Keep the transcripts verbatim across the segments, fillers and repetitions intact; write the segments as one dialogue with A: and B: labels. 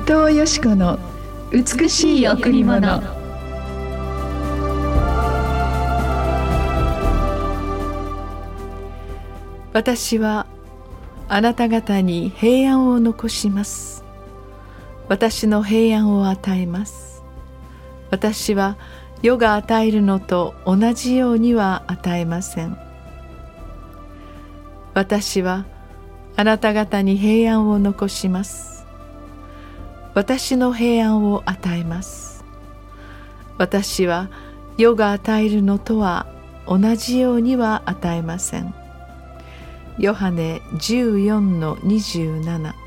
A: 藤よし子の美しい贈り物。私はあなた方に平安を残します。私の平安を与えます。私は世が与えるのと同じようには与えません。私はあなた方に平安を残します。私の平安を与えます。私は世が与えるのとは同じようには与えません。ヨハネじゅうよんのにじゅうなな。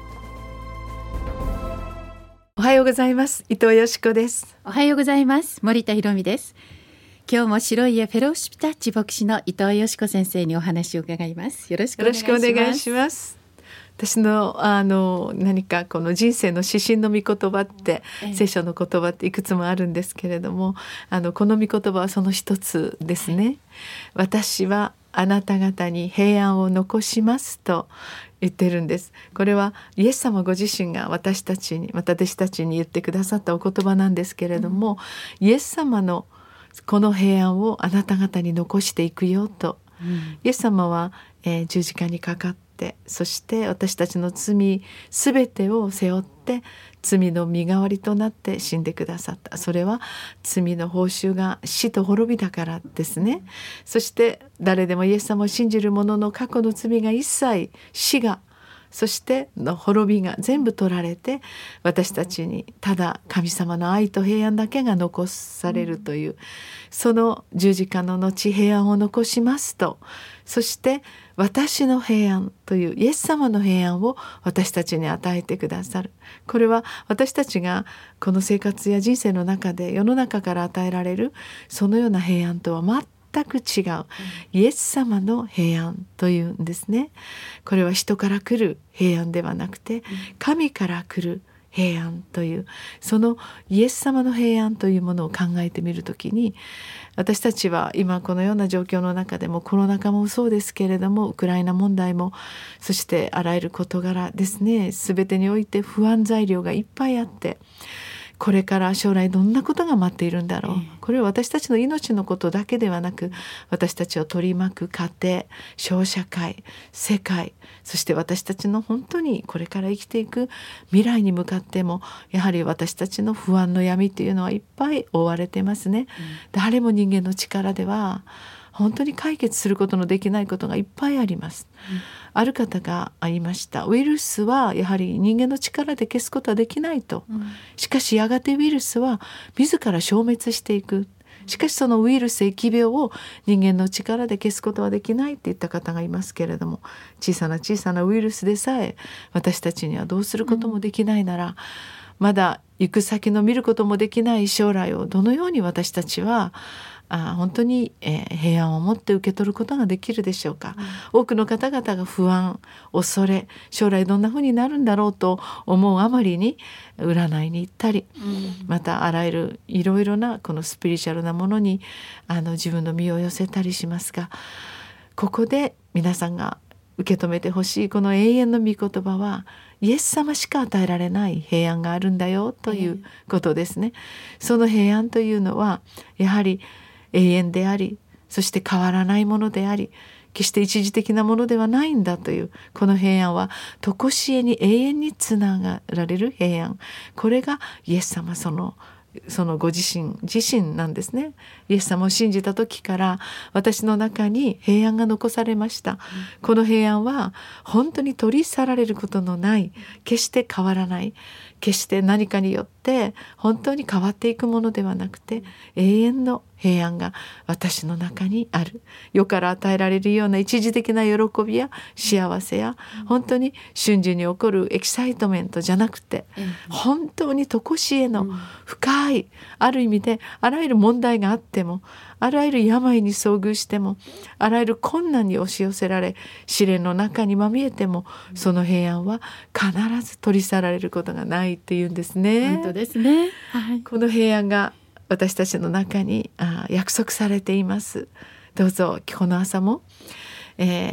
A: おはようございます。伊藤よし子です。
B: おはようございます。森田博美です。今日も白い家フェローシップタッチ牧師の伊藤よし子先生にお話を伺います。よろしくお願いします。
A: よろしくお願いします。私のあの何かこの人生の指針の御言葉って、ええ、聖書の言葉っていくつもあるんですけれども、あのこの御言葉はその一つですね、はい、私はあなた方に平安を残しますと言ってるんです。これはイエス様ご自身が私たちにまた弟子たちに言ってくださったお言葉なんですけれども、うん、イエス様のこの平安をあなた方に残していくよと、うん、イエス様は、えー、十字架にかかって、そして私たちの罪すべてを背負って罪の身代わりとなって死んでくださった。それは罪の報酬が死と滅びだからですね。そして誰でもイエス様を信じる者の過去の罪が一切、死がそしての滅びが全部取られて、私たちにただ神様の愛と平安だけが残されるという、その十字架の後平安を残しますと、そして私の平安というイエス様の平安を私たちに与えてくださる。これは私たちがこの生活や人生の中で世の中から与えられるそのような平安とは全く全く違うイエス様の平安というんですね。これは人から来る平安ではなくて、神から来る平安という、そのイエス様の平安というものを考えてみるときに、私たちは今このような状況の中でも、コロナ禍もそうですけれども、ウクライナ問題も、そしてあらゆる事柄ですね、すべてにおいて不安材料がいっぱいあって、これから将来どんなことが待っているんだろう。これは私たちの命のことだけではなく、私たちを取り巻く家庭、小社会、世界、そして私たちの本当にこれから生きていく未来に向かっても、やはり私たちの不安の闇というのはいっぱい覆われてますね。誰も人間の力では本当に解決することのできないことがいっぱいあります、うん、ある方が言いました。ウイルスはやはり人間の力で消すことはできないと、うん、しかしやがてウイルスは自ら消滅していく。しかしそのウイルス、疫病を人間の力で消すことはできないって言った方がいますけれども、小さな小さなウイルスでさえ私たちにはどうすることもできないなら、うん、まだ行く先の見ることもできない将来をどのように私たちはあ本当に、えー、平安を持って受け取ることができるでしょうか、うん、多くの方々が不安、恐れ、将来どんなふうになるんだろうと思うあまりに占いに行ったり、うん、またあらゆるいろいろなこのスピリチュアルなものにあの自分の身を寄せたりしますが、ここで皆さんが受け止めてほしいこの永遠の御言葉は、イエス様しか与えられない平安があるんだよということですね、えー、その平安というのはやはり永遠であり、そして変わらないものであり、決して一時的なものではないんだという、この平安は常しえに永遠につながられる平安、これがイエス様そのそのご自身自身なんですね。イエス様を信じた時から私の中に平安が残されました、うん、この平安は本当に取り去られることのない、決して変わらない、決して何かによって本当に変わっていくものではなくて、永遠の平安が私の中にある。世から与えられるような一時的な喜びや幸せや、本当に瞬時に起こるエキサイトメントじゃなくて、本当に常しえの深い、ある意味であらゆる問題があっても、あらゆる病に遭遇しても、あらゆる困難に押し寄せられ、試練の中にまみえても、その平安は必ず取り去られることがないっていうんですね。
B: 本当ですね、はい、
A: この平安が私たちの中にあ約束されています。どうぞこの朝も、えー、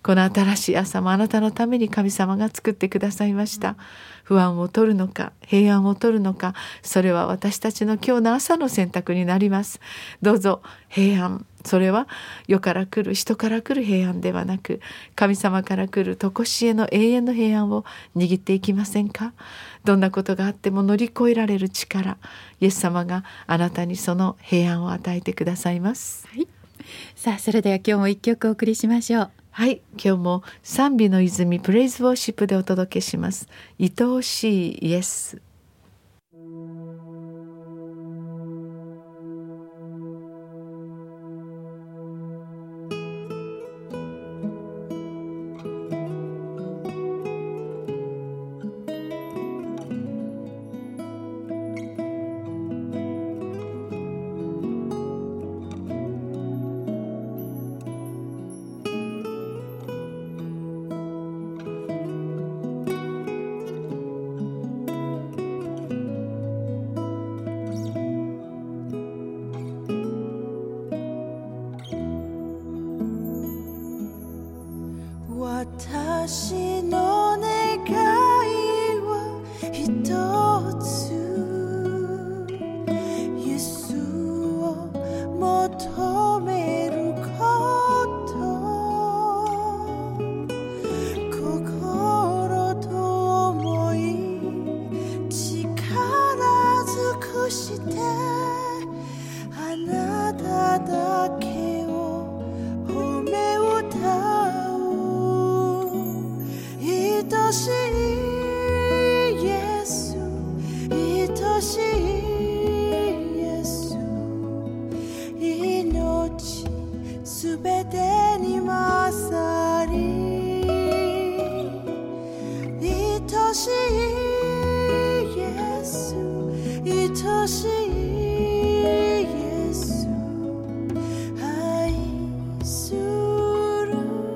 A: この新しい朝もあなたのために神様が作ってくださいました。不安を取るのか平安を取るのか、それは私たちの今日の朝の選択になります。どうぞ平安、それは世から来る人から来る平安ではなく、神様から来る常しえの永遠の平安を握っていきませんか。どんなことがあっても乗り越えられる力、イエス様があなたにその平安を与えてくださいます。
B: はい、さあそれでは今日も一曲お送りしましょう。
A: はい、今日も賛美の泉プレイズウォーシップでお届けします。愛おしいイエス。
C: 私の願いは一つ、イエスを求めること、心と思い力尽くしてあなただけを褒め歌う。愛しいイエス、愛しいイエス、命すべてに勝り、愛しいイエス、愛しいイエス、愛する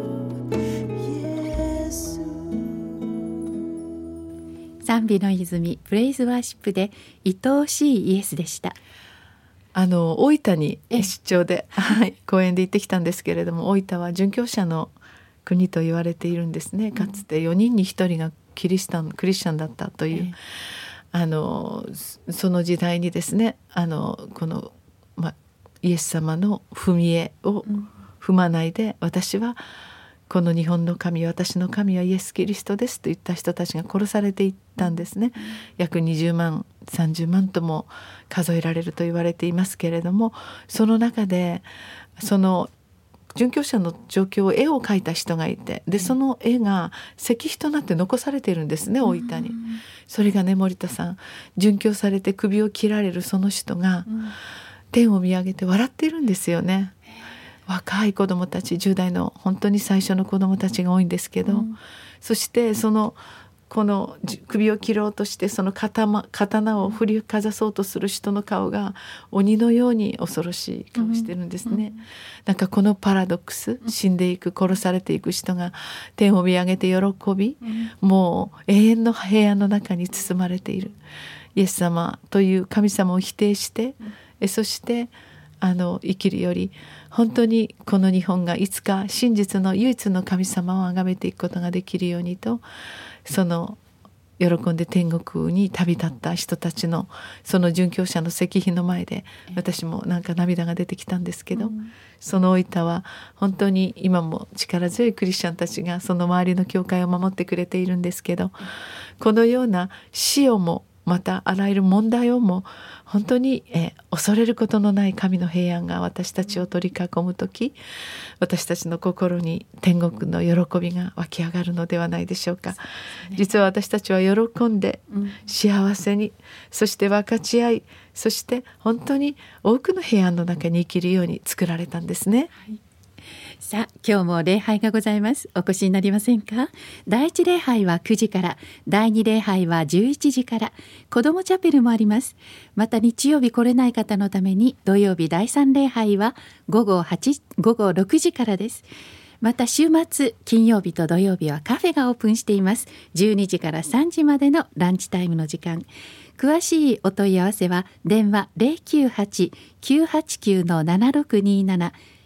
B: 賛美の泉プレイズワーシップで愛おしいイエスでした。
A: あの大分に出張で、はい、講演で行ってきたんですけれども、大分は殉教者の国と言われているんですね。かつてよにんにひとりがキリシタンクリスチャンだったという、ええ、あのその時代にですね、あのこの、ま、イエス様の踏み絵を踏まないで、うん、私はこの日本の神、私の神はイエス・キリストですと言った人たちが殺されていったんですね。約にじゅうまんさんじゅうまんとも数えられると言われていますけれども、その中でその殉教者の状況を絵を描いた人がいて、でその絵が石碑となって残されているんですね、大分に。それがね、森田さん、殉教されて首を切られるその人が天を見上げて笑っているんですよね。若い子どもたち、じゅう代の本当に最初の子どもたちが多いんですけど、うん、そしてそのこの首を切ろうとしてその 刀, 刀を振りかざそうとする人の顔が鬼のように恐ろしい顔してるんですね、うんうん、なんかこのパラドックス、死んでいく、殺されていく人が天を見上げて喜び、うん、もう永遠の平安の中に包まれているイエス様という神様を否定して、うん、そしてあの生きるより、本当にこの日本がいつか真実の唯一の神様を崇めていくことができるようにと、その喜んで天国に旅立った人たちのその殉教者の石碑の前で、私もなんか涙が出てきたんですけど、うん、その大分は本当に今も力強いクリスチャンたちがその周りの教会を守ってくれているんですけど、このような死をもまたあらゆる問題をも本当に、えー、恐れることのない神の平安が私たちを取り囲むとき、私たちの心に天国の喜びが湧き上がるのではないでしょうか、ね、実は私たちは喜んで、うん、幸せに、そして分かち合い、そして本当に多くの平安の中に生きるように作られたんですね、はい。
B: さあ今日も礼拝がございます。お越しになりませんか。第一礼拝はくじから、第二礼拝はじゅういちじから、子どもチャペルもあります。また日曜日来れない方のために土曜日第三礼拝は午後はち、午後ろくじからです。また週末金曜日と土曜日はカフェがオープンしています。じゅうにじからさんじまでのランチタイムの時間。詳しいお問い合わせは電話 ゼロきゅうはち きゅうはちきゅう ななろくにーなな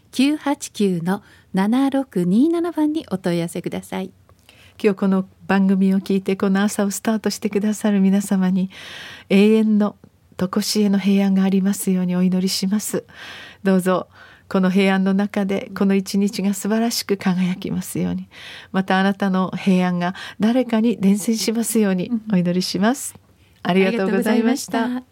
B: きゅうはちきゅうのななろくになな 番にお問い合わせください。
A: 今日この番組を聞いてこの朝をスタートしてくださる皆様に永遠の常しえの平安がありますようにお祈りします。どうぞこの平安の中でこの一日が素晴らしく輝きますように、またあなたの平安が誰かに伝染しますようにお祈りします。ありがとうございました。